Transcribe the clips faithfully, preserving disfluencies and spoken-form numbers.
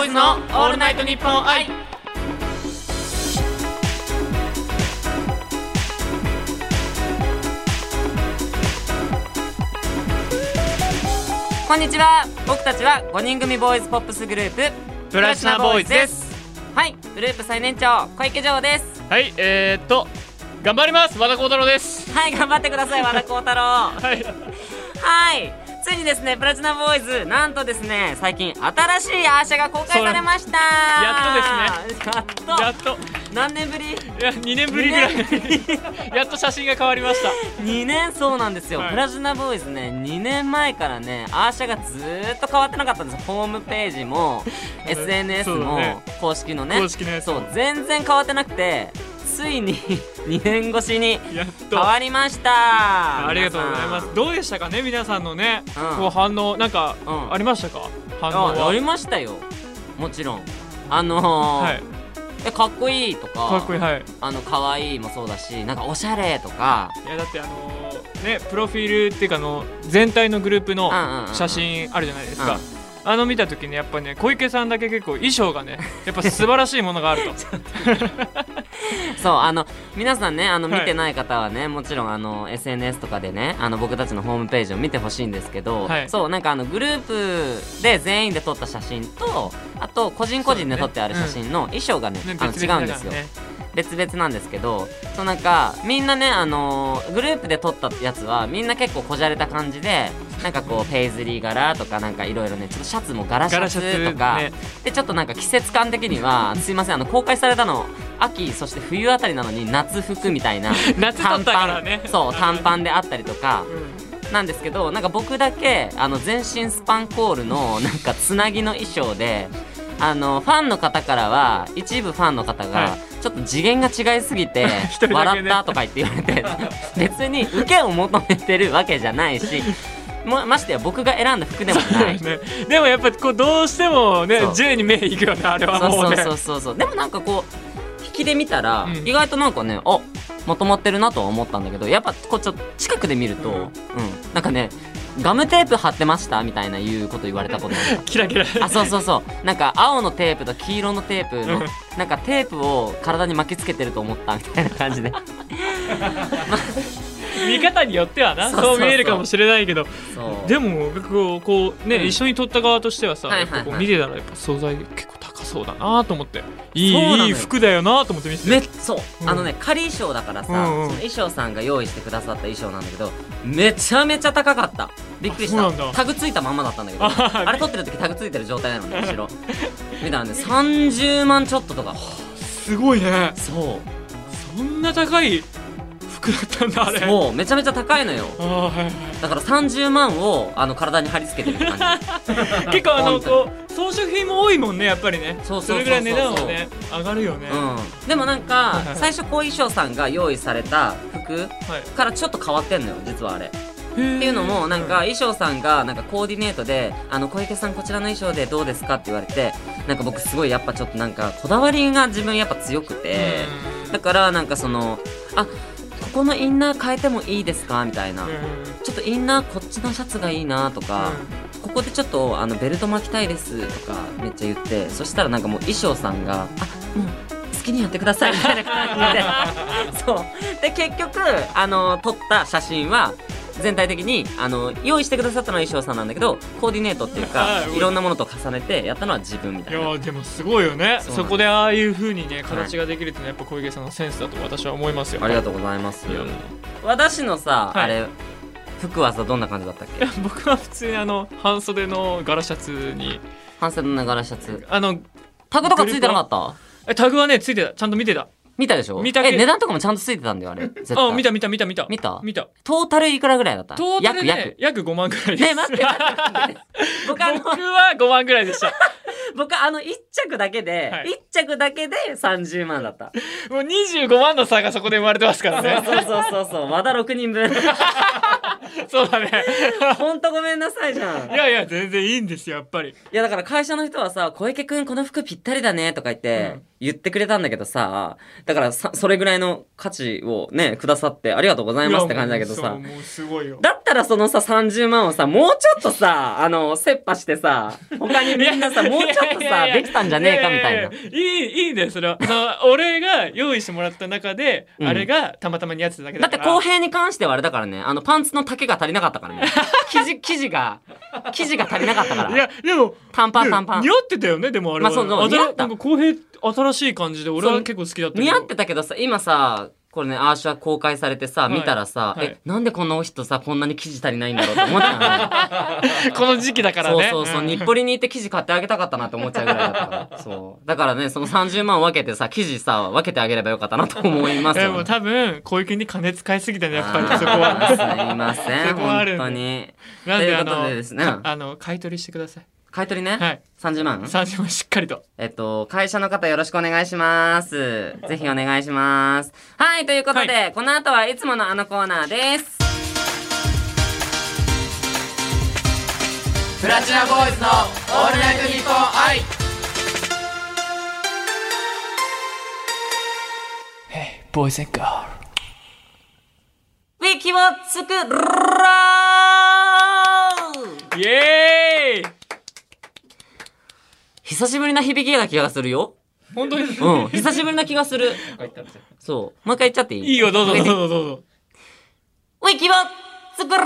ボーイズのオールナイトニッポン愛。 こんにちは。僕たちはごにん組ボーイズポップスグループプラチナボーイズです。 はい、グループ最年長小池城です。 はい、えー、っと頑張ります。和田幸太郎です。 はい、頑張ってください和田幸太郎はいはい、ついにですねプラチナボーイズなんとですね最近新しいアーシャが公開されました。 やっとですね。 やっとやっと何年ぶり？いやにねんぶりぐらいやっと写真が変わりました。 にねん、そうなんですよ、はい、プラチナボーイズねにねんまえからねアーシャがずーっと変わってなかったんですよ。ホームページもエスエヌエス も、ね、公式のね公式のやつ、 そう全然変わってなくてついににねん越しにやっと変わりました。 ありがとうございます。どうでしたかね皆さんのね、 うん、 こう反応なんかありましたか？反応はあ, ありましたよ。もちろんあのーはい、えかっこいいとかかっこいい、はい、 あの可愛いもそうだしなんかおしゃれとか。 いやだってあのー、ねプロフィールっていうかの全体のグループの写真あるじゃないですか、うんうんうんうん、あの見た時にやっぱね小池さんだけ結構衣装がねやっぱ素晴らしいものがあるとそうあの皆さんねあの見てない方はね、はい、もちろんあの エスエヌエス とかでねあの僕たちのホームページを見てほしいんですけど、はい、そうなんかあのグループで全員で撮った写真とあと個人個人で撮ってある写真の衣装がね、ね、あの違うんですよ。別々なんですけどそうなんかみんなね、あのー、グループで撮ったやつはみんな結構こじゃれた感じでなんかこうペイズリー柄とかなんかいろいろねちょっとシャツも柄シャツとか、ね、でちょっとなんか季節感的にはすいませんあの公開されたの秋そして冬あたりなのに夏服みたいな夏撮ったからねそう短パンであったりとか、うん、なんですけどなんか僕だけあの全身スパンコールのなんかつなぎの衣装であのファンの方からは一部ファンの方が、はい、ちょっと次元が違いすぎて、ね、笑ったとか言って言われて別に受けを求めてるわけじゃないしもましてや僕が選んだ服でもない、 ね、でもやっぱこうどうしてもね J に目いくよねあれはもうね。 そうそうそうそうでもなんかこう引きで見たら、うん、意外となんかねあまとまってるなとは思ったんだけどやっぱこうちょっと近くで見ると、うんうん、なんかねガムテープ貼ってましたみたいないうこと言われたことあるキラキラあそうそうそうなんか青のテープと黄色のテープのなんかテープを体に巻きつけてると思ったみたいな感じで見方によってはなそうそうそう見えるかもしれないけどでもこうこうね、うん、一緒に撮った側としてはさ、はいはいはい、こう見てたらやっぱ素材結構高そうだなと思っていいいい服だよなと思って見せてめそう、うん、あのね仮衣装だからさ、うんうん、その衣装さんが用意してくださった衣装なんだけどめちゃめちゃ高かったびっくりしたタグついたまんまだったんだけど あ, あれ撮ってる時タグついてる状態なのね後ろ見たらねさんじゅうまんちょっととかすごいね。 そうそんな高い服だったんだあれ。 そうめちゃめちゃ高いのよ。 あ、はいはい、 だからさんじゅうまんをあの体に貼り付けてるって感じ結構あのこう装飾品も多いもんねやっぱりね。そうそうそうそうそれぐらい値段はね上がるよね、 うん、でもなんか最初小衣装さんが用意された服からちょっと変わってんのよ実はあれっていうのもなんか衣装さんがなんかコーディネートであの小池さんこちらの衣装でどうですかって言われてなんか僕すごいやっぱちょっとなんかこだわりが自分やっぱ強くてだからなんかそのあここのインナー変えてもいいですかみたいなちょっとインナーこっちのシャツがいいなとかここでちょっとあのベルト巻きたいですとかめっちゃ言ってそしたらなんかもう衣装さんがあもう好きにやってくださいみたいな感じでそうで結局あの撮った写真は全体的にあの用意してくださったのは衣装さんなんだけどコーディネートっていうかいろんなものと重ねてやったのは自分みたいな。 いやでもすごいよね。 そ, そこでああいう風にね形ができるってのはやっぱ小池さんのセンスだと私は思いますよ。 ありがとうございますよ。私のさ、はい、あれ服はさどんな感じだったっけ？ いや僕は普通にあの半袖の柄シャツに半袖の柄シャツあのタグとかついてなかった？ えタグはねついてたちゃんと見てた見たでしょ。 見たえ値段とかもちゃんとついてたんだよあれ絶対。 あ見た見た見た見た見た見たトータルいくらぐらいだった？ トータル、ね、 約約約ごまんぐらいです。 ね待って待って待って僕, あの僕はごまんぐらいでした僕あのいっ着だけで、はい、いっ着だけでさんじゅうまんだった。 もうにじゅうごまんの差がそこで生まれてますからねそうそうそうそうそうまだろくにんぶんそうだね。 ほんとごめんなさいじゃん。 いやいや、全然いいんですよ、やっぱり。いや、だから会社の人はさ、小池くんこの服ぴったりだねとか言って、言ってくれたんだけどさ、だからさ、それぐらいの価値をね、くださってありがとうございますって感じだけどさ。 もうすごいよ。 だったらそのさ、さんじゅうまんをさ、もうちょっとさ、あの、切羽してさ、他にみんなさ、もうちょっとさ、できたんじゃねえかみたいな。 いい、いいね、それは。俺が用意してもらった中で、あれがたまたま似合ってただけだから。 だって公平に関してはあれだからね、あの、パンツの丈が足りなかったからね。生地、生地が、生地が足りなかったから。 いや、でも、 短パン短パン。 似合ってたよね、でもあれは。まあ、そう、似合った。なんか公平、新しい感じで、俺は結構好きだったけど。 似合ってたけどさ、今さ、これね、アーシャ公開されてさ、はい、見たらさ、はい、え、なんでこの人さ、こんなに生地足りないんだろうと思っちゃうのこの時期だからね。 そうそうそう、日暮里に行って生地買ってあげたかったなって思っちゃうぐらいだったから。そう。だからね、そのさんじゅうまん分けてさ、生地さ、分けてあげればよかったなと思いますよ、ね。 でも多分、小池に金使いすぎたね、やっぱりそこは。 すいません、そこはある本当に。 なんで、あの、ですね、あの、買い取りしてください。 買い取りね。 はい。 さんじゅうまん ? さんじゅうまんしっかりと。 えっと、会社の方よろしくお願いします。ぜひお願いします。はい、ということで、はい、この後はいつものあのコーナーです。 プラチナボーイズのオールナイトニッポン愛。 Hey, boys and girls。 ウィキを作ろう。 イエーイ。 久しぶりな響きな気がするよ。 本当に？ うん。久しぶりな気がする。そう。もう一回言っちゃっていい？ いいよ、どうぞどうぞどうぞ。 ウィキを作ろ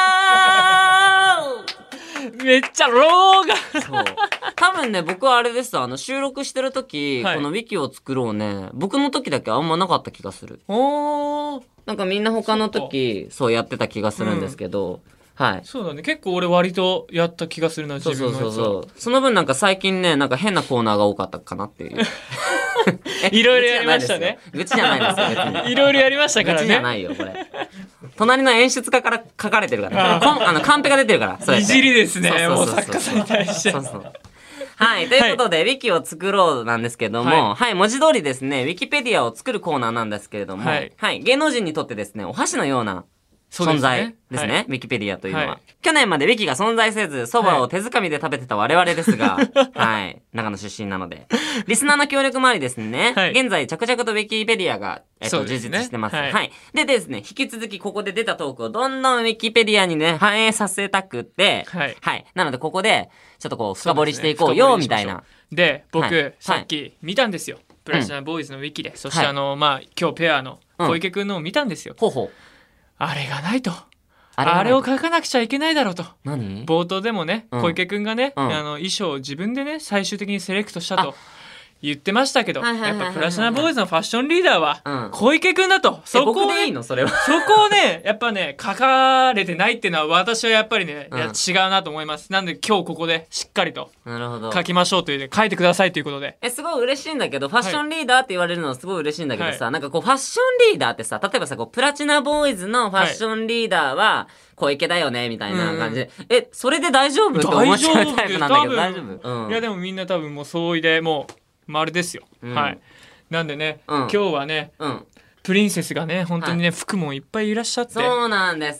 う。めっちゃローが。 そう。多分ね、僕はあれです。あの、収録してる時、はい、このウィキを作ろうね、僕の時だけあんまなかった気がする。 おー。 なんかみんな他の時、そう、そうやってた気がするんですけど、うんはい。 そうだね。結構俺割とやった気がするな、自分のやつは。そうそうそう。 その分なんか最近ね、なんか変なコーナーが多かったかなっていう。 いろいろやりましたね。 愚痴じゃないですよ、別に。 いろいろやりましたからね。 愚痴じゃないよ、これ。隣の演出家から書かれてるから。あの、カンペが出てるから。 いじりですね、もう作家さんに対して。そうそう。 はい。ということで、はい、ウィキを作ろうなんですけども、はい、はい、文字通りですね、ウィキペディアを作るコーナーなんですけれども、はい、はい。芸能人にとってですね、お箸のような、存在ですね、はい、ウィキペディアというのは、はい、去年までウィキが存在せず、蕎麦を手づかみで食べてた我々ですが、はい、長野出身なので、リスナーの協力もありですね、はい、現在着々とウィキペディアが、えっと、充実してます。はい、はい。でですね、引き続きここで出たトークをどんどんウィキペディアにね、反映させたくって、はい。はい。なのでここで、ちょっとこう、深掘りしていこうよ、みたいな。 で、僕、はい、さっき見たんですよ。プラチナボーイズのウィキで。うん、そしてあの、まあ、今日ペアの小池くんのを見たんですよ。 ほうほう。 あれがないと。あ れ, あれを書かなくちゃいけないだろうと。 何？ 冒頭でもね、うん、小池くんがね、うん、あの衣装を自分でね、最終的にセレクトしたと言ってましたけど、やっぱプラチナボーイズのファッションリーダーは小池くんだと。 うん、そこを、ね、僕でいいのそれは。 そこをね、やっぱね、書かれてないっていうのは私はやっぱりね、うん、いや違うなと思います。なんで今日ここでしっかりと書きましょうというで、書いてくださいということで。 え、すごい嬉しいんだけど、ファッションリーダーって言われるのはすごい嬉しいんだけどさ、はい、なんかこうファッションリーダーってさ、例えばさ、こうプラチナボーイズのファッションリーダーは小池だよねみたいな感じで、うん、え、それで大丈夫って思っちゃうタイプなんだけど大丈夫？ うん、いやでもみんな多分もう総意でもう丸ですよ、うん、はい。なんでね、うん、今日はね、うん、プリンセスがね本当にね、はい、服もいっぱいいらっしゃって。 そうなんです。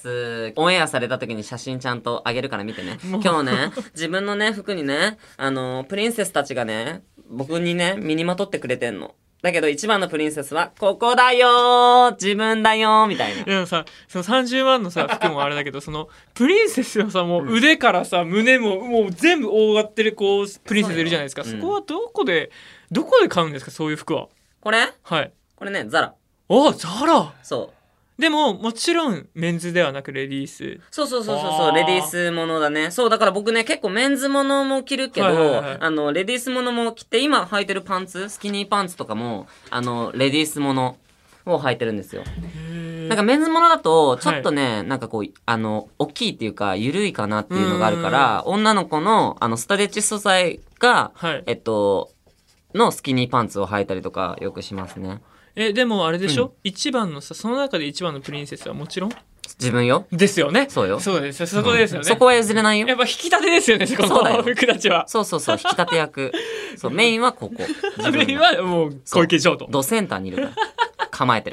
オンエアされた時に写真ちゃんとあげるから見てね。今日ね自分のね服にね、あのプリンセスたちがね僕にね身にまとってくれてんの。だけど一番のプリンセスはここだよー、自分だよーみたいな。 でもさ、そのさんじゅうまんのさ服もあれだけど、そのプリンセスのさもう腕からさ、うん、胸ももう全部覆ってるこうプリンセスいるじゃないですか。 そ, そこはどこでどこで買うんですか、そういう服は。 これ？ はい。 これね、ザラ。 あ、ザラ。 そう。 でももちろんメンズではなくレディース。 そうそうそうそうそう、レディースものだね。そうだから僕ね結構メンズものも着るけど、はいはいはい、あのレディースものも着て、今履いてるパンツ、スキニーパンツとかもあのレディースものを履いてるんですよ。なんかメンズものだとちょっとね、はい、なんかこうあの大きいっていうか緩いかなっていうのがあるから、女の子のあのストレッチ素材が、はい、えっとのスキニーパンツを履いたりとかよくしますね。 え、でもあれでしょ、うん、一番のさ、その中で一番のプリンセスはもちろん自分よ。 ですよね。 そうよ。 そうですよ。そこですよね、うん。 そこは譲れないよ。 やっぱ引き立てですよね、そこの服たちは。 そうそうそう、引き立て役。そう、メインはここ。 メインはもう小池城と。 ドセンターにいるから。構えてるから。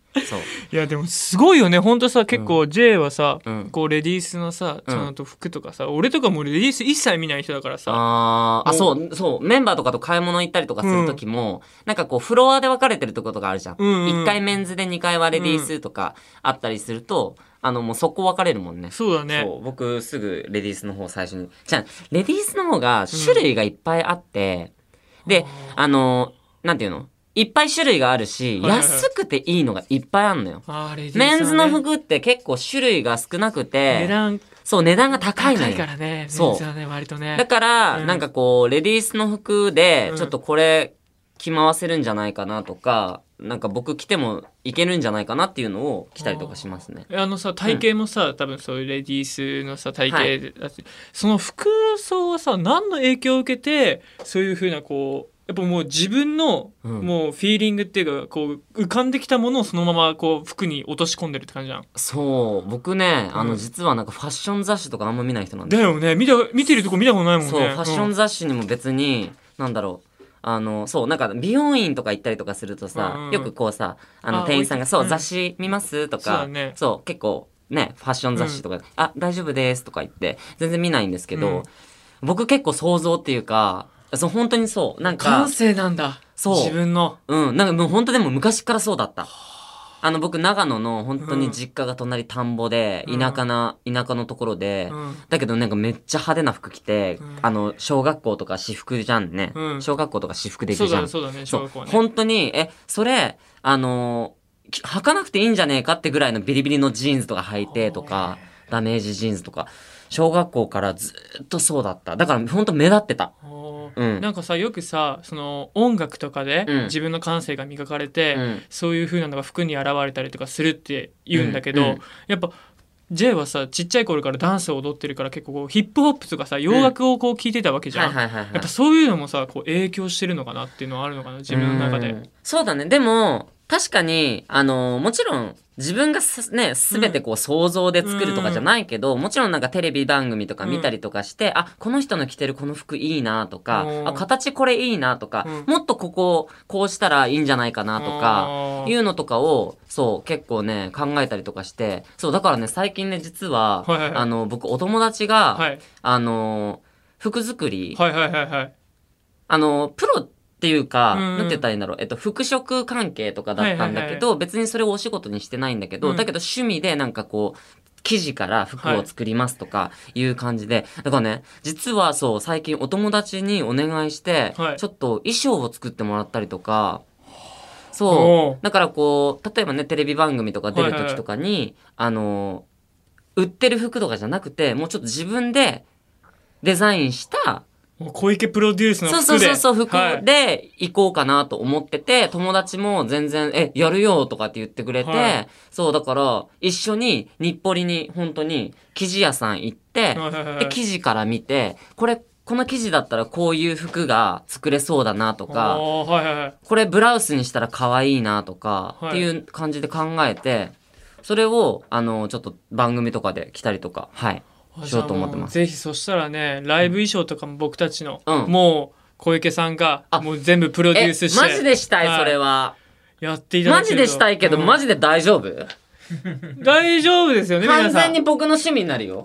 そういやでもすごいよねほんとさ結構 J はさ、 うん、 こうレディースのさちゃんと服とかさ、うん、俺とかもレディース一切見ない人だからさああそうそうメンバーとかと買い物行ったりとかする時も、うん、なんかこうフロアで分かれてるとことかあるじゃん、うんうん、いっかいメンズでにかいはレディースとかあったりすると、うんあのもうそこ分かれるもんね。 そうだね。 そう僕すぐレディースの方最初にじゃあレディースの方が種類がいっぱいあって、うん、であのなんていうのいっぱい種類があるし、はいはいはい、安くていいのがいっぱいあるのよ。あレディース、ね、メンズの服って結構種類が少なくて値段そう値段が高いのよ。 高いからね。 そうメンズはね割とね。 だから、うん、なんかこうレディースの服でちょっとこれ着回せるんじゃないかなとか。なんか僕着てもいけるんじゃないかなっていうのを着たりとかしますね。 あのさ体型もさ、うん、多分そういうレディースのさ体型で、はい、その服装はさ何の影響を受けてそういう風なこうやっぱもう自分の、うん、もうフィーリングっていうかこう浮かんできたものをそのままこう服に落とし込んでるって感じじゃん。 そう僕ね、うん、あの実はなんかファッション雑誌とかあんま見ない人なんでだよね見た見てるとこ見たことないもんね。 そうファッション雑誌にも別に、うん、なんだろうあのそうなんか美容院とか行ったりとかするとさ、うんうん、よくこうさあの店員さんが「そう、うん、雑誌見ます?」とか、そうね、そう結構ねファッション雑誌とか「うん、あ大丈夫です」とか言って全然見ないんですけど、うん、僕結構想像っていうかそう本当にそうなんか感性なんだそう自分のうんなんかもう本当でも昔からそうだった。あの僕長野の本当に実家が隣田んぼで、うん、田舎な田舎のところで、うん、だけどなんかめっちゃ派手な服着て、うん、あの小学校とか私服じゃんね、うん、小学校とか私服で行くじゃん。 そうだねそうだね小学校はね。 本当にえそれあの履かなくていいんじゃねえかってぐらいのビリビリのジーンズとか履いてとかダメージジーンズとか小学校からずっとそうだった。だから本当目立ってた。 うん、なんかさよくさその音楽とかで自分の感性が磨かれて、うん、そういう風なのが服に現れたりとかするって言うんだけど、うんうん、やっぱ J はさちっちゃい頃からダンスを踊ってるから結構こうヒップホップとかさ洋楽をこう聴いてたわけじゃん。やっぱそういうのもさこう影響してるのかなっていうのはあるのかな自分の中で。 うんそうだね。でも確かにあのもちろん自分がすね全てこう想像で作るとかじゃないけど、うん、もちろんなんかテレビ番組とか見たりとかして、うん、あこの人の着てるこの服いいなとか、あ形これいいなとか、うん、もっとこここうしたらいいんじゃないかなとかいうのとかをそう結構ね考えたりとかしてそうだからね最近ね実は、はいはいはい、あの僕お友達が、はい、あの服作り、 はいはいはいはい、 あのプロっていうか、うん、なんて言ったらいいんだろう、えっと、服飾関係とかだったんだけど、はいはいはい、別にそれをお仕事にしてないんだけど、うん、だけど趣味でなんかこう、生地から服を作りますとかいう感じで、はい、だからね、実はそう、最近お友達にお願いして、はい、ちょっと衣装を作ってもらったりとか、そう、だからこう、例えばね、テレビ番組とか出る時とかに、はいはい、あの、売ってる服とかじゃなくて、もうちょっと自分でデザインした、 小池プロデュースの服でそうそうそう服で行こうかなと思ってて、はい、友達も全然えやるよとかって言ってくれて、はい、そうだから一緒に日暮里に本当に生地屋さん行って、はいはいはい、で生地から見てこれこの生地だったらこういう服が作れそうだなとか、はいはいはい、これブラウスにしたら可愛いなとか、はい、っていう感じで考えてそれをあのちょっと番組とかで着たりとかはいしようと思ってます。 ぜひそしたらねライブ衣装とかも僕たちの、うん、もう小池さんがもう全部プロデュースしてマジでしたい、はい、それはやっていただけるとマジでしたいけど、うん、マジで大丈夫大丈夫ですよね皆さん。 完全に僕の趣味になるよ。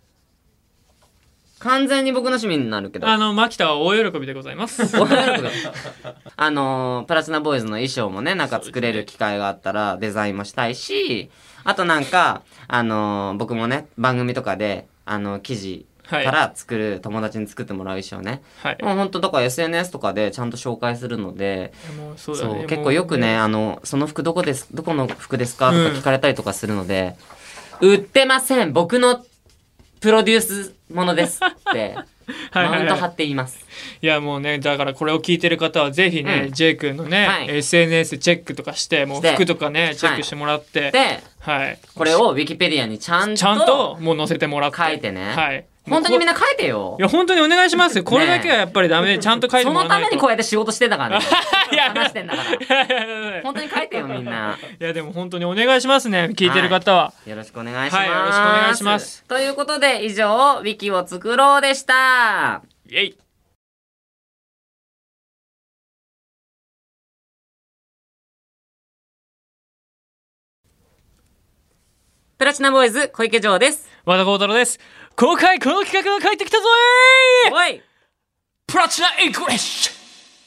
完全に僕の趣味になるけどあの牧田は大喜びでございます大喜びあのプラチナボーイズの衣装もねなんか作れる機会があったらデザインもしたいしあとなんかあの僕もね番組とかであの記事から作る、はい、友達に作ってもらう衣装ね、はい、もうほんとだから エスエヌエス とかでちゃんと紹介するのでもうそうだね、そう結構よくねあのその服どこですどこの服ですかとか聞かれたりとかするので、うん、売ってません僕のプロデュースものですってはいはい、はい、マウント張って言います。 いやもうねだからこれを聞いてる方はぜひね、うん、J 君のね、はい、エスエヌエス チェックとかしてもう服とかねチェックしてもらってで、はい、これをウィキペディアにちゃんとちゃんともう載せてもらって書いてね、はい、本当にみんな書いてよ。 いや本当にお願いしますよ。これだけはやっぱりダメでちゃんと書いてもらわないと。 そのためにこうやって仕事してんだからね話してんだから本当に書いてよみんな。 いやでも本当にお願いしますね聞いてる方は、はい、よろしくお願いします、はい、 よろしくお願いします。 ということで以上ウィキを作ろうでした。 イエイ。 プラチナボーイズ小池城です。 和田幸太郎です。今回この企画が帰ってきたぞー。 おいプラチナイングリッシュ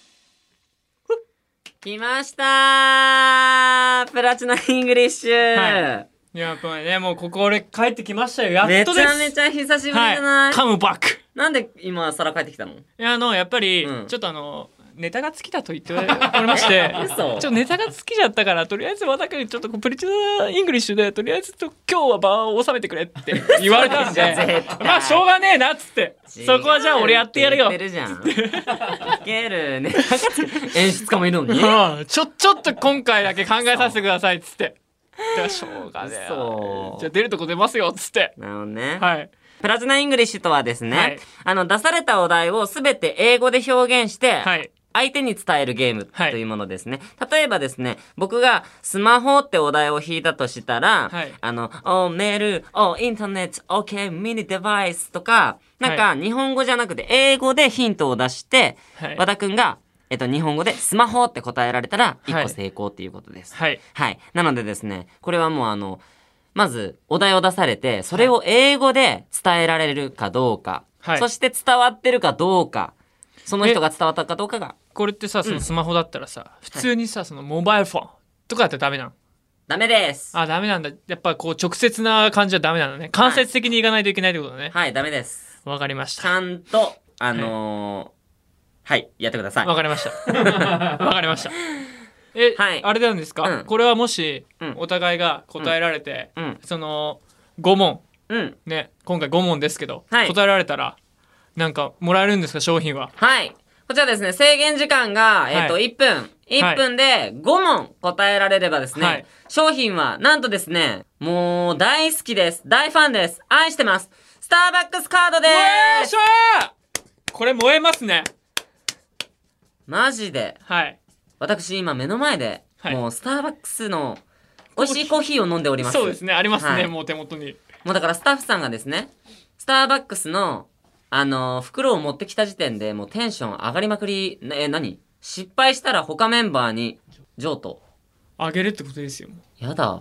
来ましたー、プラチナイングリッシュ、 はい、いやこれね、もうここ俺帰ってきましたよ。やっとです。 めちゃめちゃ久しぶりじゃない？ カムバック。 なんで今更帰ってきたの？いやあのやっぱり、うん、ちょっとあのネタが尽きたと言っておりましてちょっとネタが尽きちゃったからとりあえず和田君ちょっとプリチナイングリッシュでとりあえずと今日は場を収めてくれって言われたんでまあしょうがねえなっつってそこはじゃあ俺やってやるよ。 言ってるじゃん。いけるね。演出家もいるのに。 ちょちょっと今回だけ考えさせてくださいっつって。じゃあしょうがねえ。じゃあ出るとこ出ますよっつって。 なるほどね。 はい。 プラチナイングリッシュとはですね、はい、あの出されたお題をすべて英語で表現して、はい、相手に伝えるゲームというものですね。はい、例えばですね、僕がスマホってお題を引いたとしたら、はい、あの、おメール、おインターネット、オーケー、ミニデバイスとか、なんか日本語じゃなくて英語でヒントを出して、はい、和田くんが、えっと、日本語でスマホって答えられたらいっこ成功っていうことです。はい。はい。なのでですね、これはもうあの、まずお題を出されて、それを英語で伝えられるかどうか、はい、そして伝わってるかどうか、その人が伝わったかどうかが。 これってさ、そのスマホだったらさ、うん、普通にさ、そのモバイルフォンとかだったらダメなの？ ダメです。 あ、ダメなんだ。やっぱこう直接な感じはダメなのね。間接的にいかないといけないってことだね。 はい、ダメです。 わかりました。 ちゃんと、あのー、はいはい、やってください。 わかりました。わかりました。え、はい、あれなんですか、うん、これはもし、うん、お互いが答えられて、うん、そのご問、うん、ね、今回ご問ですけど、はい、答えられたらなんかもらえるんですか、商品は？ はい、こちらですね、制限時間が、えーとはい、いっぷんいっぷんでご問答えられればですね、はい、商品はなんとですね、もう大好きです、大ファンです、愛してます、スターバックスカードでーす。 よいしょー、これ燃えますね。 マジで。 はい。 私今目の前で、はい、もうスターバックスの美味しいコーヒーを飲んでおります。 そうですね、ありますね、はい、もう手元に。 もうだからスタッフさんがですね、スターバックスの、あのー、袋を持ってきた時点でもうテンション上がりまくり、え、何？失敗したら他メンバーに譲渡。 あげるってことですよ。 やだ。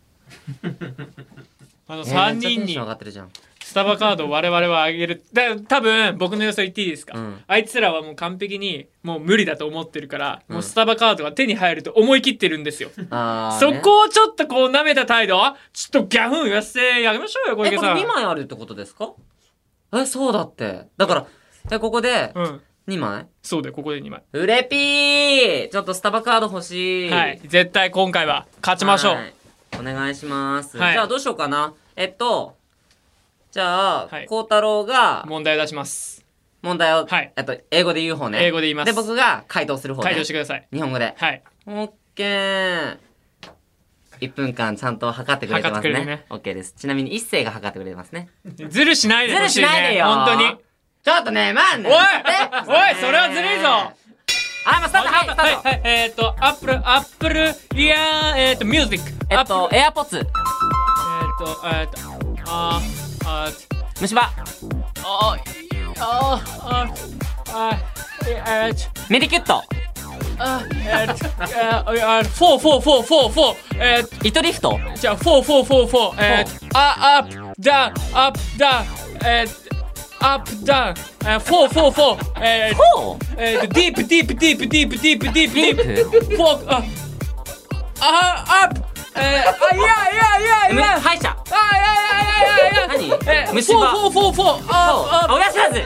あのさんにんに。 テンション上がってるじゃん。 スタバカードを我々はあげる。だ多分僕の予想言っていいですか、うん、あいつらはもう完璧にもう無理だと思ってるから、うん、もうスタバカードが手に入ると思い切ってるんですよ。あ、そこをちょっとこう舐めた態度、ちょっとギャフン言わせてやりましょうよ、小池さん。 え、これにまいあるってことですか？え、そうだって。だからでここでにまい、うん、 そうでここでにまい。 うれぴー、ちょっとスタバカード欲しい。 はい、絶対今回は勝ちましょう。 お願いします、はい、じゃあどうしようかな。えっとじゃあ、はい、孝太郎が問題を出します。 問題を、はい、えっと英語で言う方ね。 英語で言います。 で僕が回答する方ね。 回答してください。 日本語で。 はい。 オッケー。いっぷんかんちゃんと測ってくれてますね。ね、オッケーです。ちなみに一斉が測ってくれてますね。 ずるしないでほしいね。 ずるしないでよ。本当に。ちょっとね、まあね。 おいおい、それはずるいぞ。 あ、もうスタート、はい、スタート。 はい、はい、えっと、アップル、アップル、イヤー、えっと、ミュージック。 えっと、エアポッツ。えっと、えっと、あー、あー、 虫歯。 ああああえっメディキュット。 あえっとあフォーフォーフォーフォーフォーえっ糸リフト。 じゃあフォーフォーフォーフォーえっあアップダウンアップダウンえっアップダウンえフォーフォーフォーえっフォーえっとディープディープディープディープディープディープディープフォーああアップえー、あ、いやいやいやいや歯医者。 あ、いやいやいやいや何？ えー、 虫歯。 フォーフォーフォーフォーあ、 あ、親知らず。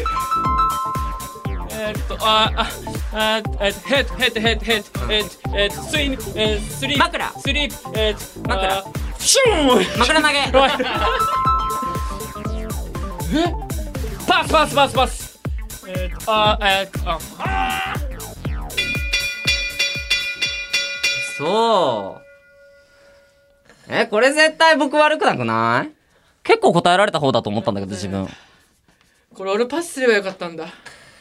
えーっと、あ、あ、あ、えー、ヘッドヘッドヘッドヘッドえー、えー、スイン、えー、スリープ枕スリープえー、 枕シューン枕投げえパスパスパスパスえーっと、あ、えーっと、あそうえ、これ絶対僕悪くなくない？結構答えられた方だと思ったんだけど、自分。 これ俺パスすればよかったんだ。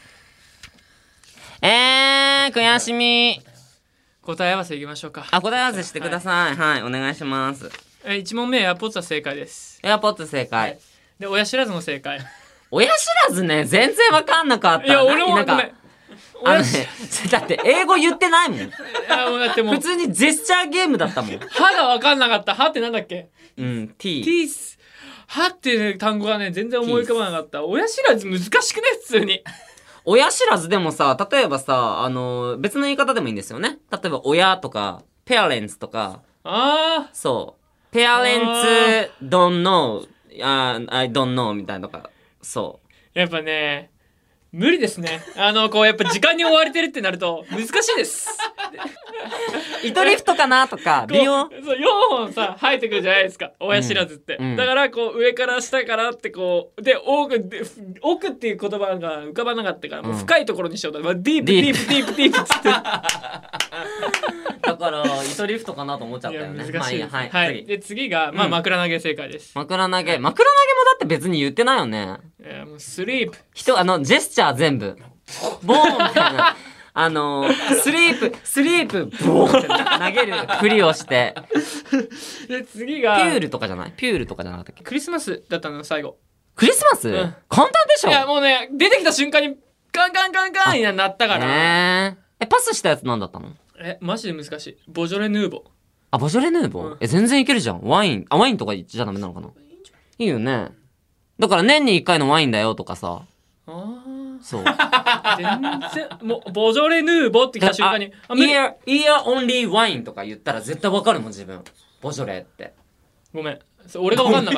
えー、悔しみ。 答え合わせいきましょうか。 あ、答え合わせしてください。はい、はい、お願いします。 え、いち問目、エアポッツは正解です。 エアポッツ正解。はい、 で、親知らずも正解。 親知らずね、全然わかんなかった。 いや、俺もごめん。 あのね、だって英語言ってないもん。 いやもうだってもう普通にジェスチャーゲームだったもん。 歯が分かんなかった。歯ってなんだっけ？ うん、T。 ティース。歯っていう、ね、単語がね全然思い浮かばなかった。親知らず難しくね普通に。 親知らずでもさ、例えばさ、あの、別の言い方でもいいんですよね。例えば親とか、ペアレンツとか。 ああ。 そう。ペアレンツ don't know, uh, I don't know みたいなとか。そう。 やっぱね、無理ですね。あの、こう、やっぱ時間に追われてるってなると難しいです。 糸リフトかなとか、美容。 そう、よんほんさ、生えてくるじゃないですか。親知らずって。うんうん、だから、こう、上から下からってこう、で、奥、で奥っていう言葉が浮かばなかったから、もう深いところにしようと。まあ、ディープ、ディープ、ディープ、ディープっつって。 だから、糸リフトかなと思っちゃったよね。 難しいです。 まあいいや、はい。 はい、で、次が、まあ、枕投げ正解です。 枕投げ。枕投げもだって別に言ってないよね。 いや、もう、スリープ。 人、あの、ジェスチャー全部。ボーンみたいな。あのー、スリープ、スリープ、ボーンって投げるふりをして。 で、次が。 ピュールとかじゃないピュールとかじゃなかったっけ？ クリスマスだったの、最後。 クリスマス、うん、簡単でしょ？ いや、もうね、出てきた瞬間に、カンカンカンカンになったから。 えー、え、パスしたやつ何だったの？ え、マジで難しい。ボジョレ・ヌーボー。 あ、ボジョレ・ヌーボー、うん、え、全然いけるじゃん。ワイン。あ、ワインとか言っちゃダメなのかな？いいよね。だから年に一回のワインだよとかさ。 ああ。 そう。 全然、もう、ボジョレ・ヌーボーって来た瞬間に。 イヤー、イヤーオンリーワインとか言ったら絶対わかるもん、自分。ボジョレって。 ごめん。俺が分かんなかった。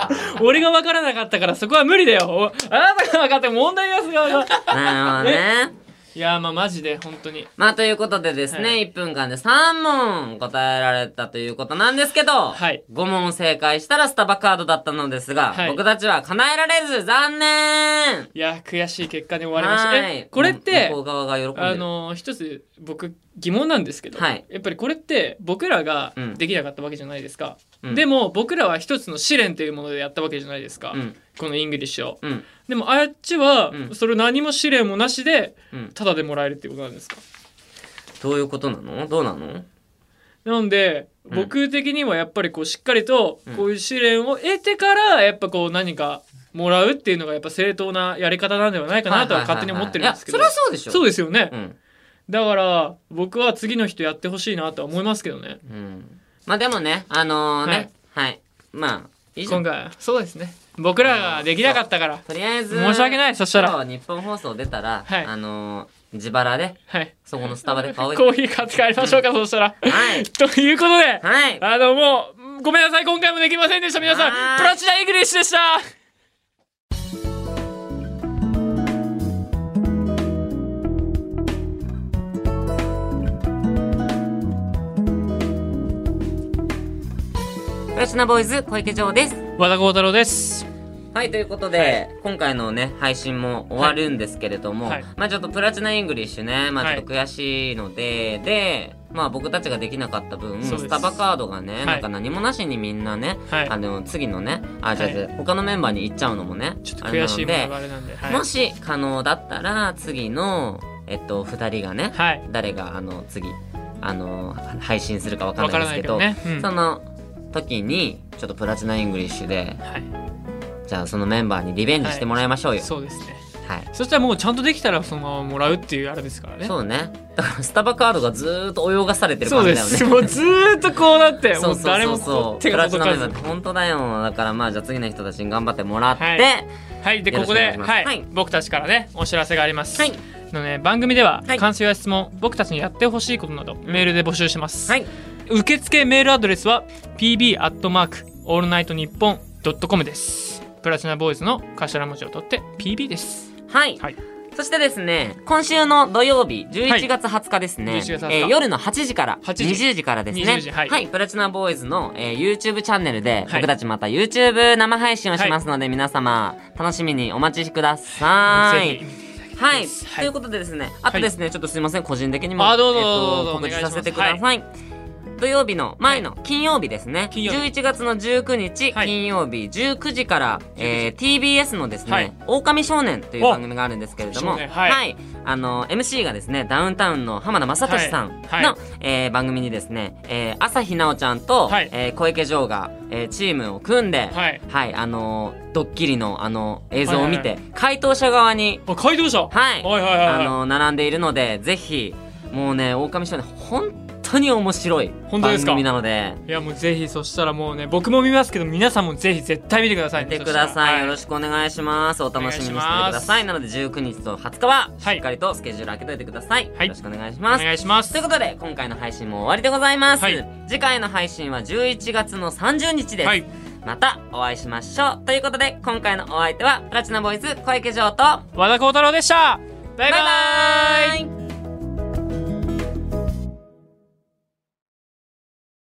俺が分からなかったからそこは無理だよ。あなたが分かって問題がすが。 なるほどね。 いやまあマジで本当に。 まあということでですね、はい、いっぷんかんでさんもん答えられたということなんですけど、はい、ごもん正解したらスタバカードだったのですが、はい、僕たちは叶えられず残念。 いや悔しい結果に終わりました。えこれって向こう側が喜んでる。 あの一つ僕疑問なんですけど、はい、やっぱりこれって僕らができなかったわけじゃないですか、うん、でも僕らは一つの試練というものでやったわけじゃないですか、うん、このイングリッシュを、うん、でもあっちはそれ何も試練もなしでタダでもらえるっていうことなんですか？ どういうことなの？どうなの？ なんで僕的にはやっぱりこうしっかりとこういう試練を得てからやっぱこう何かもらうっていうのがやっぱ正当なやり方なんではないかなとは勝手に思ってるんですけど。 いやそれはそうでしょ。 そうですよね、うん、だから僕は次の人やってほしいなとは思いますけどね、 うん、まあでもねあのー、ねはい、はい、まあいいじゃん。 今回そうですね僕らができなかったからとりあえず申し訳ない。そしたら日本放送出たら、はい、あのー、自腹で、はい、そこのスタバで買おうよ。 コーヒー買って帰りましょうか、うん、そしたら、はい、ということで、はい、あのもうごめんなさい今回もできませんでした。皆さんプラチナイングリッシュでした。 プラチナボーイズ小池城です。 和田幸太郎です。 はい、ということで、はい、今回のね配信も終わるんですけれども、はい、まあちょっとプラチナイングリッシュねまあちょっと悔しいので、はい、でまあ僕たちができなかった分スタバカードがね、はい、なんか何もなしにみんなね、はい、あの次のねあじゃあ、はい、他のメンバーに行っちゃうのもねちょっと悔しいものがあれなんで、 はい、もし可能だったら次のえっとふたりがね、はい、誰があの次あの配信するかわからないですけど、ねうん、その時にちょっとプラチナイングリッシュで、はい、じゃあそのメンバーにリベンジしてもらいましょうよ、 はい、そうですね、はい、そしたらもうちゃんとできたらそのままもらうっていうあれですからね。 そうね。だからスタバカードがずーっと泳がされてる感じだよね。 そうです。もうずーっとこうなってもう誰もこう手が届かず。本当だよ。だからまあじゃあ次の人たちに頑張ってもらって、はい、 はい、でここで、はいはい、僕たちからねお知らせがあります、はい、のね、番組では感想や質問、はい、僕たちにやってほしいことなどメールで募集します、はい、受付メールアドレスは ピービー アットマーク オールナイトニッポン ドットコム です。プラチナボーイズの頭文字を取って ピービー です。 はい、はい、そしてですね今週の土曜日じゅういちがつはつかですね、はい、えー、夜のはちじからにじゅうじからですね、はい、はい、プラチナボーイズの、えー、YouTube チャンネルで、はい、僕たちまた YouTube 生配信をしますので、はい、皆様楽しみにお待ちください。はいはい、ということでですね、あとですね、はい、ちょっとすいません個人的にも、 あ、どうぞどうぞ、 えー、告知させてください。 土曜日の前の金曜日ですね、 金曜日じゅういちがつのじゅうくにち、 はい金曜日じゅうくじから、えー、ティービーエス のですね、 はい狼少年という番組があるんですけれども、 少年はいはい、あの エムシー がですねダウンタウンの浜田雅俊さんの、 はいはいえー番組にですね、えー、朝日奈央ちゃんと、 はいえー小池嬢が、えーチームを組んで、 はいはい、あのードッキリのあの映像を見て、 はい回答者側に、 あ回答者はい、 はいはいはいはいあのー並んでいるので、ぜひもうね狼少年本当に面白い番本当ですか組なのでいやもうぜひそしたらもうね僕も見ますけど皆さんもぜひ絶対見てくださいね。 見てください、よろししくお願いします。お楽しみにしててくお願いしますださい。なのでじゅうくにちとはつかはしはいっかりとスケジュール開けといてください、 はいよろしくお願いしおます。 願いしますということで今回の配信も終わりでございます、 はい次回の配信はじゅういちがつのさんじゅうにちです、 はいまたお会いしましょう。ということで今回のお相手はプラチナボーイズ小池嬢と和田幸太郎でした。バイババイバーイ。